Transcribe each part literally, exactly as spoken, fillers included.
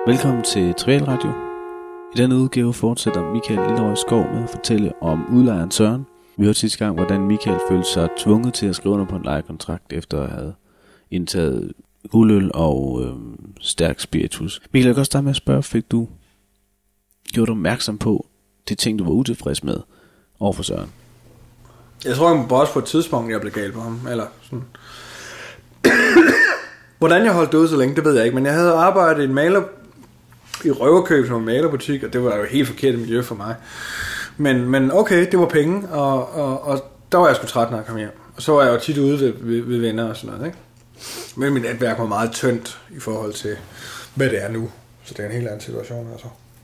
Velkommen til Trivial Radio. I denne udgave fortsætter Michael Lillerød Skov med at fortælle om udlejeren Søren. Vi hørte sidste gang, hvordan Michael følte sig tvunget til at skrive under på en lejekontrakt, efter at have indtaget guldøl og øh, stærk spiritus. Michael, jeg kan også starte med at spørge, fik du gjort opmærksom på de ting, du var utilfreds med overfor Søren? Jeg tror, jeg også på et tidspunkt, jeg blev gal på ham. Eller sådan. Hvordan jeg holdt det ud så længe, det ved jeg ikke. Men jeg havde arbejdet i en maler i Røverkøb som en malerbutik, og det var jo helt forkert miljø for mig. Men, men okay, det var penge, og, og, og der var jeg sgu træt, når jeg kom hjem. Og så var jeg jo tit ude ved, ved, ved venner og sådan noget, ikke? Men mit netværk var meget tyndt i forhold til, hvad det er nu. Så det er en helt anden situation, altså.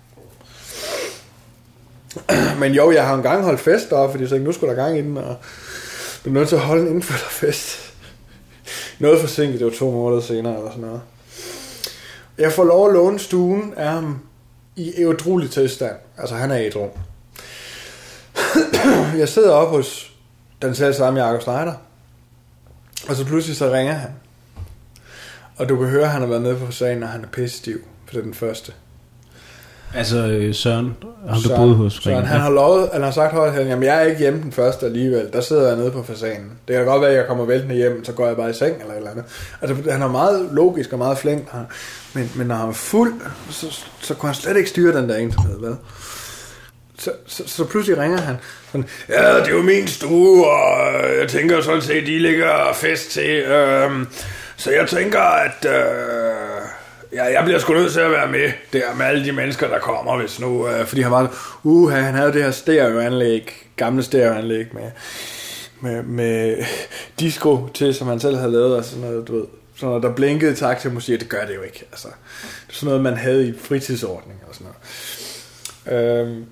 Men jo, jeg har engang holdt fest deroppe, fordi jeg tænkte, nu skulle der gang i den, og blev nødt til at holde en indfødderfest. Noget forsinket, det var to måneder senere, eller sådan noget. Jeg får lov at låne stuen af ham i ædruelig tilstand. Altså, han er ædru. Jeg sidder op hos den selv samme Jakob Schneider, og så pludselig så ringer han. Og du kan høre, at han har været nede på sagen, og han er pissestiv, for det er den første. Altså Søren, ham du Søren, boede hos Søren, han har lovet, han har sagt højt, at jeg er ikke hjemme den første alligevel. Der sidder jeg nede på fasanen. Det kan godt være, at jeg kommer væltende hjem, så går jeg bare i seng eller et eller andet. Altså, han er meget logisk og meget flink, men, men når han er fuld, så, så kunne han slet ikke styre den der ensomhed, vel? Så, så, så pludselig ringer han sådan, ja, det er jo min stue, og jeg tænker sådan set, de ligger fest til, øhm, så jeg tænker, at øh, ja, jeg bliver sgu nødt til at være med der med alle de mennesker, der kommer, hvis nu, øh, fordi han var, uh, han havde det her stereoanlæg, gamle stereoanlæg med, med, med disco til, som han selv havde lavet, og sådan noget, du ved, sådan noget, der blinkede i takt til musik, det gør det jo ikke, altså, det er sådan noget, man havde i fritidsordning og sådan noget. Øhm,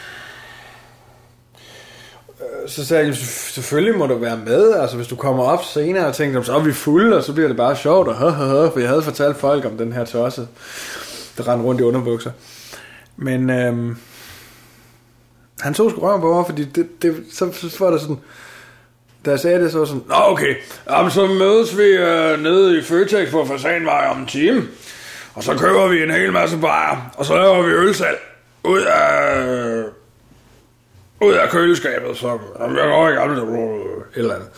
Så sagde jeg, selvfølgelig må du være med, altså hvis du kommer op senere og tænker, så er vi fulde, og så bliver det bare sjovt, og hø, hø, hø, for jeg havde fortalt folk om den her tosse, der rendte rundt i underbukser. Men øhm, han tog sgu røven på mig, fordi det, det, så, så var det sådan, da jeg sagde det, så var sådan, nå okay, jamen, så mødes vi øh, nede i Føtex på Fasanvej om en time, og så køber vi en hel masse bajer, og så laver vi ølsalg ud af... ud af køleskabet, så jeg går ikke aldrig et eller andet.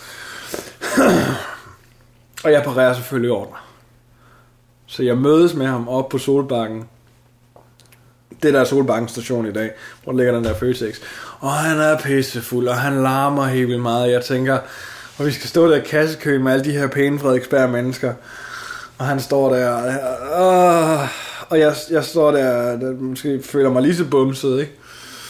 Og jeg parerer selvfølgelig ordner. Så jeg mødes med ham op på Solbakken. Det der er Solbakken station i dag, hvor der ligger den der Føtex. Og han er pissefuld, og han larmer helt vildt meget. Jeg tænker, og vi skal stå der i kassekø med alle de her pæne Frederiksberg mennesker. Og han står der, og, og jeg, jeg står der, der måske føler mig lige så bumset, ikke?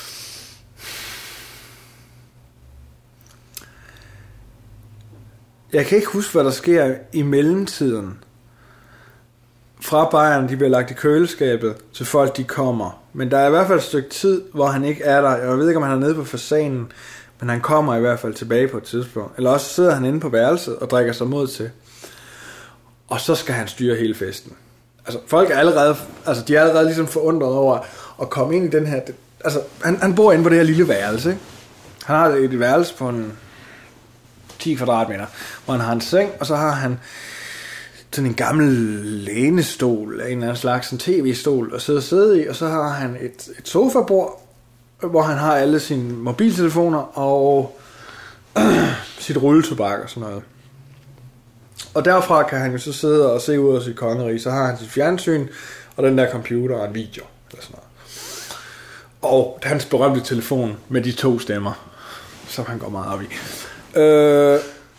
Jeg kan ikke huske, hvad der sker i mellemtiden. Fra bajerne, de bliver lagt i køleskabet, til folk, de kommer. Men der er i hvert fald et stykke tid, hvor han ikke er der. Jeg ved ikke, om han er nede på fasanen, men han kommer i hvert fald tilbage på et tidspunkt. Eller også sidder han inde på værelset og drikker sig mod til. Og så skal han styre hele festen. Altså, folk er allerede, altså, de er allerede ligesom forundret over at komme ind i den her... Altså, han, han bor inde på det her lille værelse, ikke? Han har et værelse på en... ti kvadratmeter, hvor han har en seng, og så har han sådan en gammel lænestol, en eller anden slags en tv-stol at sidde og sidde i, og så har han et, et sofabord, hvor han har alle sine mobiltelefoner og øh, sit rulletobak og sådan noget. Og derfra kan han jo så sidde og se ud af sit kongerige, så har han sit fjernsyn, og den der computer og en video, eller sådan noget. Og hans berømte telefon med de to stemmer, som han går meget op i. Øh,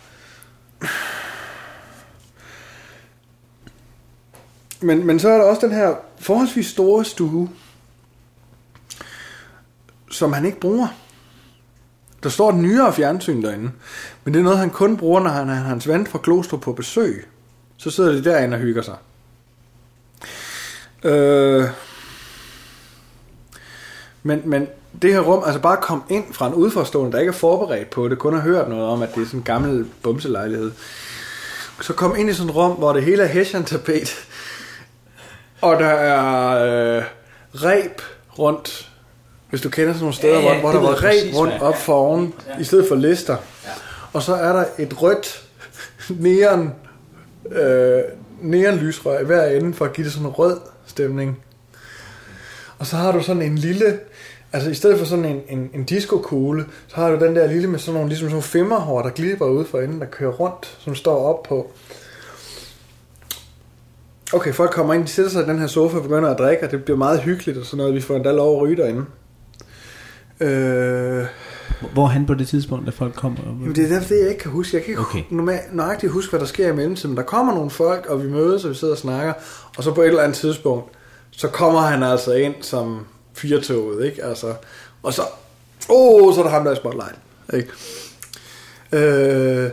men, men så er der også den her forholdsvis store stue, som han ikke bruger. Der står et nyere fjernsyn derinde, men det er noget, han kun bruger, når han har hans ven fra Glostrup på besøg. Så sidder de derinde og hygger sig. Øh, men, men det her rum, altså bare kom ind fra en udforstående, der ikke er forberedt på det, kun har hørt noget om, at det er sådan en gammel bumselejlighed. Så kom ind i sådan et rum, hvor det hele er hessian-tapet, og der er øh, reb rundt, hvis du kender sådan nogle steder, ja, ja, hvor der var reb rundt op foran, ja. I stedet for lister. Ja. Og så er der et rødt neon, øh, neonlysrør i hver ende, for at give det sådan en rød stemning. Og så har du sådan en lille, altså i stedet for sådan en, en, en disco-kugle, så har du den der lille med sådan nogle, ligesom sådan nogle femmerhår, der glipper ud for enden, der kører rundt, som står op på. Okay, folk kommer ind, de sætter sig i den her sofa og begynder at drikke, og det bliver meget hyggeligt og sådan noget. Vi får endda lov at ryge derinde. Øh... Hvor er han på det tidspunkt, da folk kommer? Jamen, det er derfor, det jeg ikke kan huske. Jeg kan ikke okay. normalt nøjagtigt huske, hvad der sker i mellemtiden. Der kommer nogle folk, og vi mødes, og vi sidder og snakker, og så på et eller andet tidspunkt, så kommer han altså ind som firetoget, ikke? Altså, og så, åh, oh, så er der ham der i spotlight, ikke? Øh...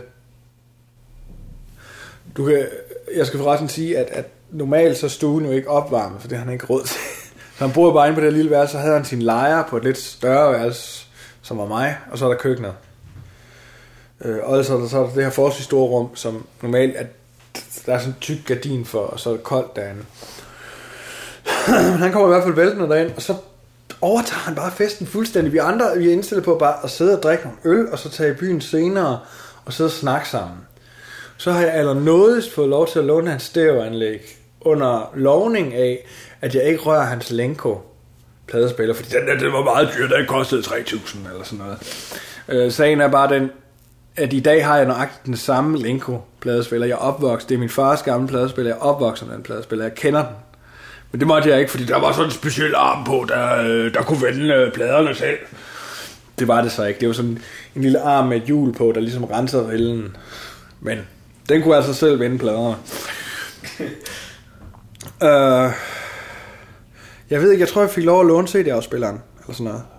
Du kan, jeg skal forresten sige, at, at normalt så er stuen jo ikke opvarmet, for det har han ikke råd til. Så han boede bare inde på det lille værelse, så havde han sin lejer på et lidt større værelse, som var mig, og så er der køkkenet. Øh, og så er, der, så er der det her forholdsvis store rum, som normalt er, der er sådan en tyk gardin for, og så er det koldt derinde. Han kommer i hvert fald væltende derind, og så overtager han bare festen fuldstændig. Vi andre vi er indstillet på bare at sidde og drikke nogle øl, og så tage i byen senere, og sidde og snakke sammen. Så har jeg allernådigst fået lov til at låne hans stereoanlæg, under lovning af, at jeg ikke rører hans Lenko pladespiller, fordi den der, det var meget dyrt, den kostede tre tusind eller sådan noget. Øh, sagen er bare den, at i dag har jeg nøjagtigt den samme Lenko pladespiller. Jeg er opvokset, det er min fars gamle pladespiller, jeg er opvokset med den pladespiller, jeg kender den. Men det måtte jeg ikke, fordi der var sådan en speciel arm på, der, der kunne vende pladerne selv. Det var det så ikke. Det var sådan en lille arm med et hjul på, der ligesom rensede rillen. Men den kunne altså selv vende pladerne. uh, jeg ved ikke, jeg tror jeg fik lov at låne C D-afspilleren eller sådan noget.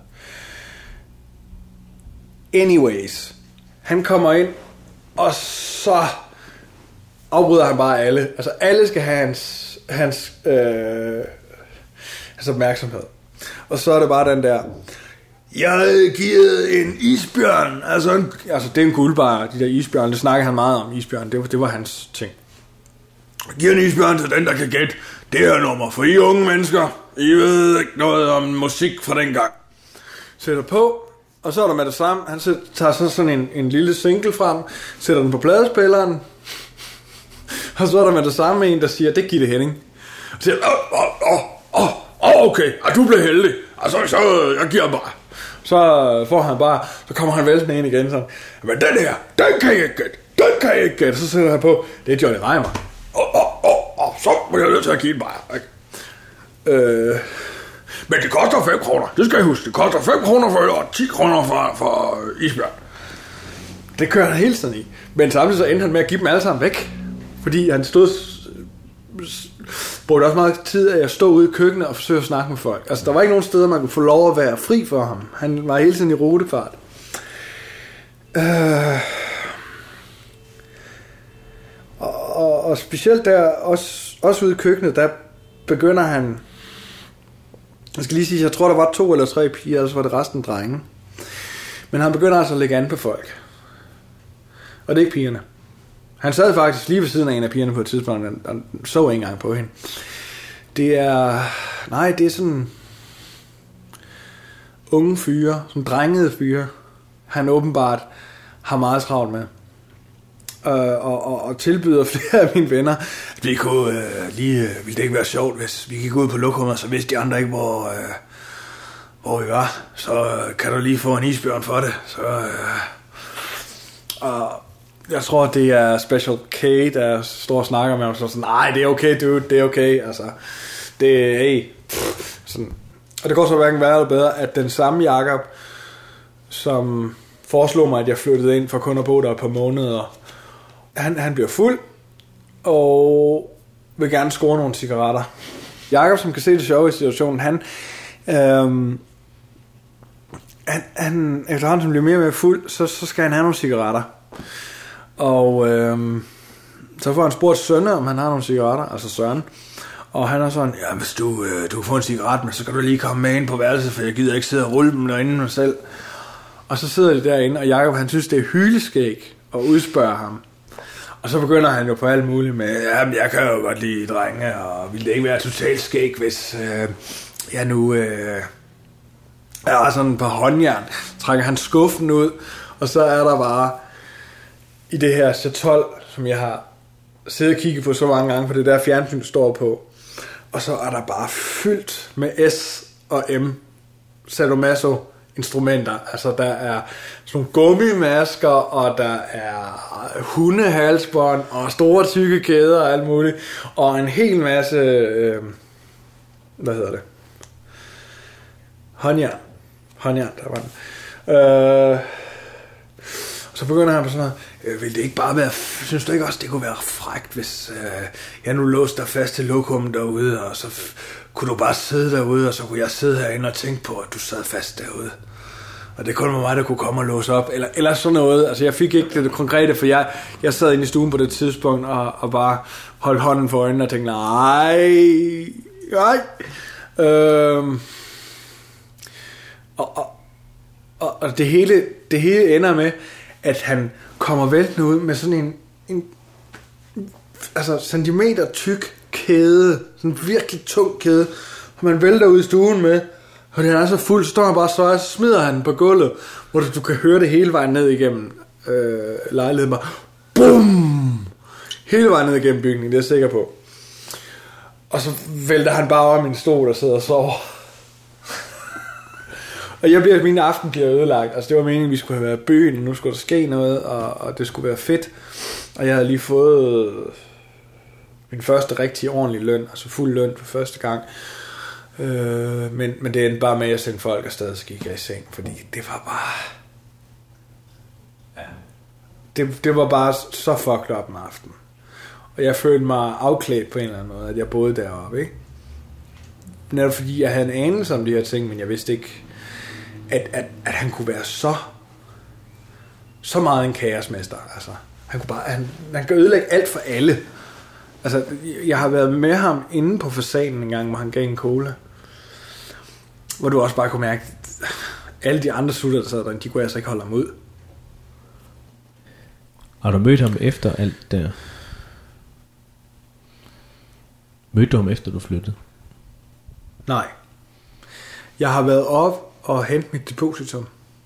Anyways, han kommer ind, og så afbryder han bare alle. Altså alle skal have hans, hans, øh, hans opmærksomhed. Og så er det bare den der, jeg giver en isbjørn, altså, en, altså det er en guldbar, de der isbjørn, det snakker han meget om, isbjørn, det, det var hans ting. Jeg giver en isbjørn til den, der kan gætte det her nummer, for I unge mennesker, I ved ikke noget om musik fra den gang. Sætter på, og så er der med det samme, han tager så sådan en, en lille single frem, sætter den på pladespilleren, og så er der med det samme en, der siger, det er Gitte Henning. Og siger, åh, åh, åh, åh, okay, og du blev heldig, altså så, jeg giver bare. Så får han bare, så kommer han væltende ind igen sådan, men den her, den kan jeg ikke gætte, den kan jeg ikke gætte. Så sætter han på, det er Johnny Reimer. Åh, åh, åh, åh, så må jeg nødt til at give den bare. Øh, men det koster fem kroner, det skal jeg huske, det koster fem kroner for øl og ti kroner for, for isbjørn. Det kører han hele tiden i. Men samtidig så endte han med at give dem alle sammen væk. Fordi han stod, brugte også meget tid af at stå ude i køkkenet og forsøge at snakke med folk. Altså der var ikke nogen steder, man kunne få lov at være fri for ham. Han var hele tiden i rutefart. Øh, og, og, og specielt der, også, også ude i køkkenet, der begynder han, jeg skal lige sige, jeg tror der var to eller tre piger, og så var det resten drenge. Men han begynder altså at lægge an på folk. Og det er ikke pigerne. Han sad faktisk lige ved siden af en af pigerne på et tidspunkt, og så ikke engang på hende. Det er, nej, det er sådan unge fyre, sådan drengede fyre, han åbenbart har meget travlt med. Øh, og, og, og tilbyder flere af mine venner, at vi kunne øh, lige, øh, ville det ikke være sjovt, hvis vi gik ud på lokummet, så vidste de andre ikke, hvor, øh, hvor vi var. Så øh, kan du lige få en isbjørn for det. Så, øh, og jeg tror, det er Special K, der står og snakker med ham, så sådan, nej, det er okay, dude, det er okay, altså, det er, hey, sådan. Og det går så hverken værre eller bedre, at den samme Jakob, som foreslog mig, at jeg flyttede ind for kun at bo der et par måneder, han, han bliver fuld, og vil gerne score nogle cigaretter. Jakob, som kan se det sjove i situationen, han, øhm, han, han efterhånden, som bliver mere og mere fuld, så, så skal han have nogle cigaretter. Og øhm, så får han spurgt Sønne, om han har nogle cigaretter, altså Søren. Og han er sådan, ja, hvis du, øh, du får en cigaret med, så kan du lige komme med ind på værelset, for jeg gider ikke sidde og rulle dem derinde mig selv. Og så sidder de derinde, og Jakob, han synes, det er hyleskæg at udspørge ham. Og så begynder han jo på alt muligt med, jamen, jeg kan jo godt lide drenge, og ville det ikke være totalt skæg, hvis øh, jeg nu øh, er sådan på håndjern. Trækker han skuffen ud, og så er der bare i det her chatol, som jeg har siddet og kigget på så mange gange, for det der fjernsyn står på. Og så er der bare fyldt med S og M sadomaso instrumenter. Altså der er sådan nogle gummimasker, og der er hundehalsbånd, og store tykke kæder og alt muligt, og en hel masse, øh, hvad hedder det? Håndjern. Håndjern, der var den. Øh, så begynder han på sådan noget, øh, vil det ikke bare være, synes du ikke også, det kunne være frækt, hvis øh, jeg nu låste dig fast til lokummet derude, og så f- kunne du bare sidde derude, og så kunne jeg sidde herinde og tænke på, at du sad fast derude. Og det kun var mig, der kunne komme og låse op, eller, eller sådan noget. Altså jeg fik ikke det konkrete, for jeg, jeg sad inde i stuen på det tidspunkt, og, og bare holdt hånden for øjnene og tænkte, nej, nej. Øhm, og, og, og, og det hele, det hele ender med, at han kommer væltende ud med sådan en, en altså centimeter tyk kæde, sådan en virkelig tung kæde, og man vælter ud i stuen med, og den er så fuld, så står han bare så, og så smider han den på gulvet, hvor du, du kan høre det hele vejen ned igennem øh, lejligheden, bare BUM! Hele vejen ned igennem bygningen, det er jeg sikker på. Og så vælter han bare over min stol og sidder og sover. Og jeg bliver, min aften bliver ødelagt. Altså det var meningen, at vi skulle have været i byen, og nu skulle der ske noget, og, og det skulle være fedt. Og jeg havde lige fået min første rigtig ordentlige løn, altså fuld løn for første gang. Øh, men, men det endte bare med, at jeg sendte folk afsted, så gik jeg i seng, fordi det var bare... Ja. Det, det var bare så fucked up en aften. Og jeg følte mig afklædt på en eller anden måde, at jeg boede deroppe, ikke? Netop fordi jeg havde en anelse om de her ting, men jeg vidste ikke, at, at, at han kunne være så så meget en kaosmester. Altså, han kunne bare, han, han kan ødelægge alt for alle. Altså, jeg har været med ham inde på facaden en gang, hvor han gav en cola, hvor du også bare kunne mærke, at alle de andre sutter, der sad derinde, de kunne altså ikke holde ham ud. Har du mødt ham efter alt der? Mødte du ham efter du flyttede? Nej. Jeg har været op og hentet mit depositum.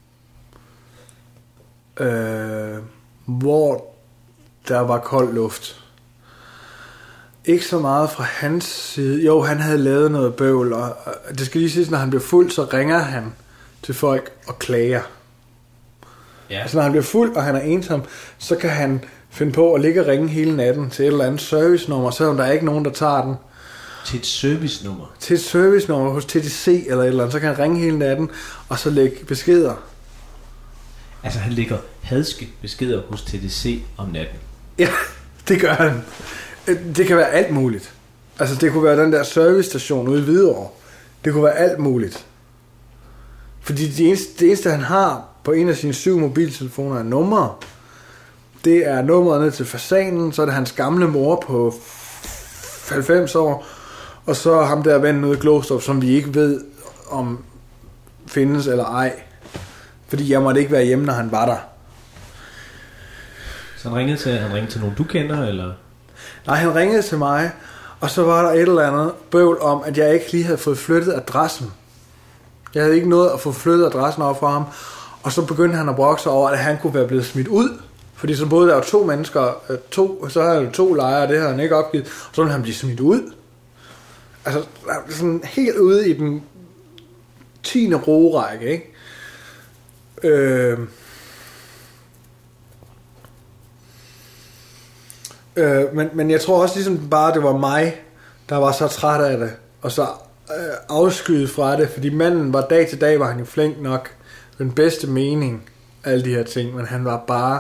Øh, hvor der var kold luft. Ikke så meget fra hans side. Jo, han havde lavet noget bøvl, og det skal lige siges, når han bliver fuld, så ringer han til folk og klager. Ja. Altså når han bliver fuld, og han er ensom, så kan han finde på at ligge og ringe hele natten til et eller andet servicenummer, selvom der er ikke nogen, der tager den. Til et servicenummer? Til et servicenummer hos T D C eller et eller andet, så kan han ringe hele natten, og så lægge beskeder. Altså han lægger hadske beskeder hos T D C om natten? Ja, det gør han. Det kan være alt muligt. Altså det kunne være den der servicestation ude i Hvidovre. Det kunne være alt muligt. Fordi det eneste, det eneste han har på en af sine syv mobiltelefoner er numre. Det er nummeret ned til facanen, så er det hans gamle mor på halvfems år, og så ham der ven ude i Glostrup, som vi ikke ved om findes eller ej. Fordi jeg måtte ikke være hjemme, når han var der. Så han ringede til, han ringede til nogen du kender, eller? Nej, han ringede til mig, og så var der et eller andet bøvl om, at jeg ikke lige havde fået flyttet adressen. Jeg havde ikke nået at få flyttet adressen over for ham, og så begyndte han at brokke sig over, at han kunne være blevet smidt ud. Fordi så boede der jo to mennesker, to, så havde han to lejre, det havde han ikke opgivet, og så ville han blive smidt ud. Altså, sådan helt ude i den tiende roerække, ikke? Øh... Øh, men, men jeg tror også ligesom bare, det var mig, der var så træt af det, og så øh, afskyet fra det, fordi manden var dag til dag, var han jo flink nok, den bedste mening, alle de her ting, men han var bare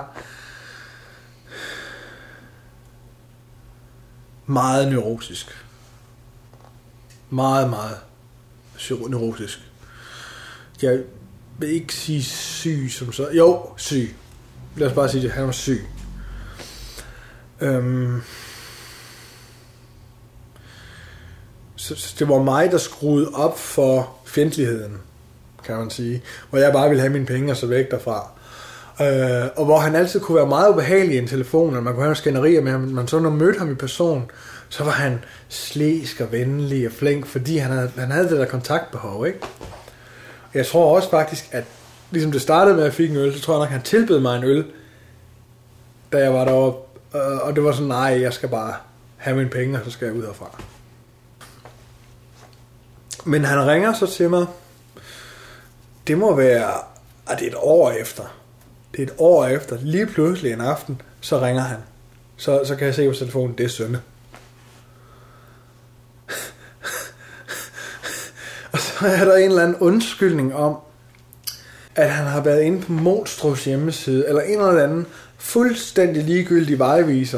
meget neurotisk. Meget, meget neurotisk. Jeg vil ikke sige syg som så. Jo, syg. Lad os bare sige det, han var syg. Øhm, så, så det var mig, der skruede op for fjendtligheden, kan man sige, hvor jeg bare ville have mine penge og så væk derfra, øh, og hvor han altid kunne være meget ubehagelig i en telefon, og man kunne have skænderier med ham, men så når man mødte ham i person, så var han slæsk og venlig og flink, fordi han havde, han havde det der kontaktbehov, ikke? Jeg tror også faktisk, at ligesom det startede med, at jeg fik en øl, så tror jeg nok, at han tilbød mig en øl, da jeg var deroppe. Og det var sådan, nej, jeg skal bare have mine penge, og så skal jeg ud herfra. Men han ringer så til mig. Det må være... Ah, det er et år efter. Det er et år efter. Lige pludselig en aften, så ringer han. Så, så kan jeg se på telefonen, det er Sønne. Og så er der en eller anden undskyldning om, at han har været inde på Monstros hjemmeside, eller en eller anden fuldstændig ligegyldig vejviser.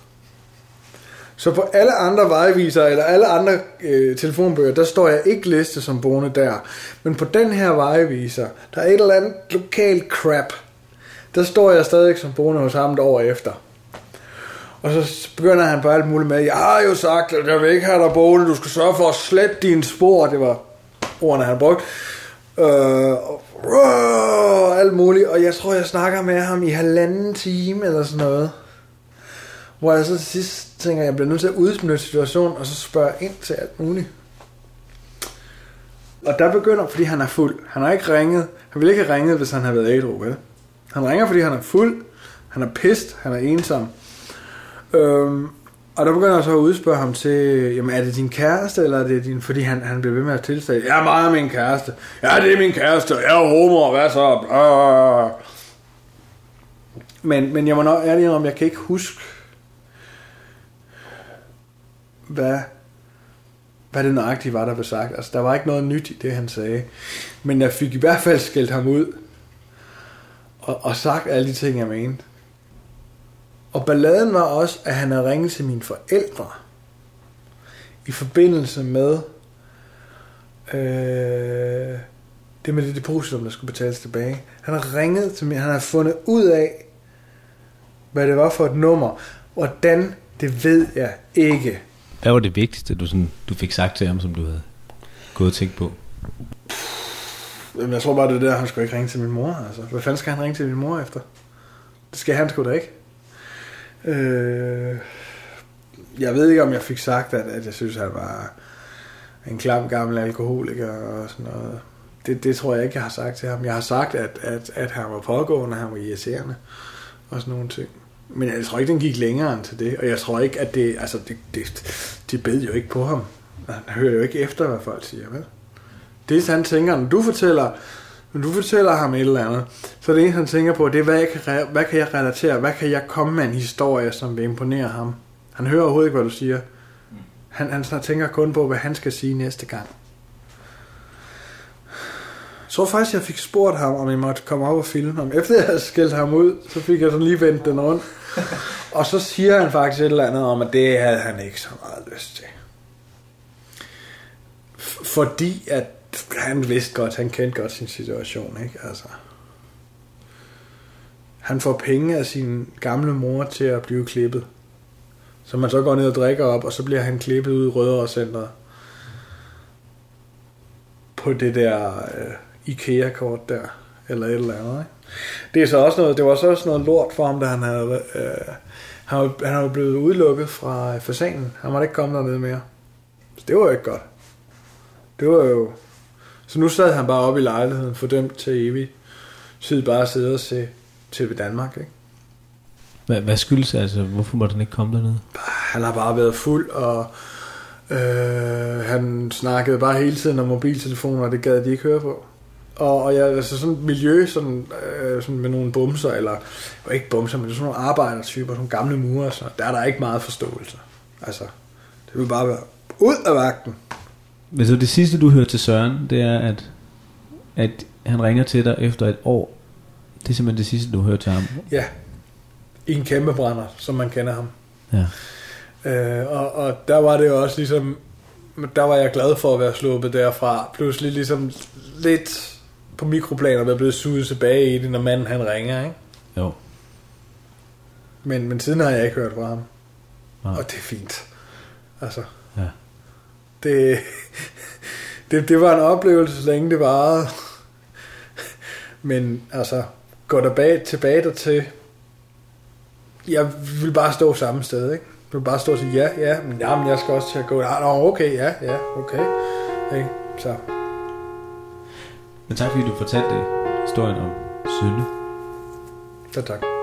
Så på alle andre vejviser, eller alle andre øh, telefonbøger, der står jeg ikke listet som boende der. Men på den her vejviser, der er et eller andet lokal crap. Der står jeg stadig som boende hos ham et år efter. Og så begynder han på alt muligt med, jeg har jo sagt, at jeg vil ikke have dig boende, du skal sørge for at slette dine spor. Det var ordene, han brugte. Øh, og alt muligt. Og jeg tror, jeg snakker med ham i halvanden time eller sådan noget. Hvor jeg så til sidst tænker, jeg bliver nødt til at udnytte situationen, og så spørger ind til alt muligt. Og der begynder, fordi han er fuld. Han har ikke ringet. Han ville ikke have ringet, hvis han havde været ædru, vel? Han ringer, fordi han er fuld. Han er pist. Han er ensom. Øhm, og der begynder jeg så at udspørge ham til, jamen er det din kæreste, eller er det din, fordi han, han bliver ved med at tilstage, jeg er meget min kæreste, ja det er min kæreste, jeg er homo, hvad så? Øh. Men, men jeg må nok ærlig om, jeg kan ikke huske, hvad, hvad det nøjagtigt var, der blev sagt. Altså der var ikke noget nyt i det, han sagde, men jeg fik i hvert fald skældt ham ud, og, og sagt alle de ting, jeg mente. Og balladen var også, at han havde ringet til mine forældre i forbindelse med øh, det med det depositum, der skulle betales tilbage. Han har ringet til mig, han har fundet ud af, hvad det var for et nummer. Hvordan, det ved jeg ikke. Hvad var det vigtigste, du, sådan, du fik sagt til ham, som du havde gået og tænkt på? Jamen, jeg tror bare, det er der, han skulle ikke ringe til min mor. Altså. Hvad fanden skal han ringe til min mor efter? Det skal han sgu da ikke. Øh, jeg ved ikke, om jeg fik sagt, at, at jeg synes, at han var en klam gammel alkoholiker og sådan noget. Det, det tror jeg ikke, jeg har sagt til ham. Jeg har sagt, at, at, at han var pågående, han var irriterende og sådan nogle ting. Men jeg tror ikke, den gik længere end til det. Og jeg tror ikke, at det... Altså, det, det, de bed jo ikke på ham. Han hører jo ikke efter, hvad folk siger, vel? Det er han tænker, når du fortæller... Når du fortæller ham et eller andet, så er det eneste, han tænker på, det er, hvad, jeg kan, hvad kan jeg relatere? Hvad kan jeg komme med en historie, som vil imponere ham? Han hører overhovedet ikke, hvad du siger. Han, han tænker kun på, hvad han skal sige næste gang. Jeg tror faktisk, jeg fik spurgt ham, om jeg måtte komme op og filme ham. Efter jeg havde skældt ham ud, så fik jeg sådan lige vendt den rundt. Og så siger han faktisk et eller andet om, at det havde han ikke så meget lyst til. F- fordi at han vidste godt, han kendte godt sin situation, ikke? Altså. Han får penge af sin gamle mor til at blive klippet. Så man så går ned og drikker op, og så bliver han klippet ud i Rødovre Centret. På det der øh, IKEA-kort der, eller et eller andet, ikke? Det er så også noget, det var så også noget lort for ham, da han havde, øh, han, var, han var blevet udelukket fra fasanen. Han måtte ikke komme dernede mere. Så det var jo ikke godt. Det var jo... Så nu sad han bare oppe i lejligheden, fordømt til evigt. Sid bare at sidde og se T V Danmark, ikke? Hvad, hvad skyldes altså? Hvorfor måtte han ikke komme dernede? Han har bare været fuld, og øh, han snakkede bare hele tiden om mobiltelefoner, og det gad de ikke høre på. Og, og jeg, altså sådan et miljø sådan, øh, sådan med nogle bumser, eller ikke bumser, men sådan nogle arbejdertyper, sådan gamle murer, så der er der ikke meget forståelse. Altså, det vil bare være ud af vagten. Men så det sidste du hører til Søren, det er at, at han ringer til dig efter et år. Det er simpelthen det sidste du hører til ham. Ja, i en kæmpe brænder, som man kender ham. Ja. øh, og, og der var det jo også ligesom, der var jeg glad for at være sluppet derfra. Pludselig ligesom lidt på mikroplaner, der er blevet suget tilbage i det, når manden han ringer, ikke? Jo. Men, men siden har jeg ikke hørt fra ham. Ja. Og det er fint. Altså. Ja. Det, det, det var en oplevelse, så længe det varede. Men altså, gå der bag, tilbage dertil. Jeg vil bare stå samme sted, ikke? Jeg vil bare stå og sige, ja, ja, men, ja, men jeg skal også til at gå. Ja, okay, ja, ja, okay. Ikke? Så. Men tak fordi du fortalte historien om Sønne. Så tak.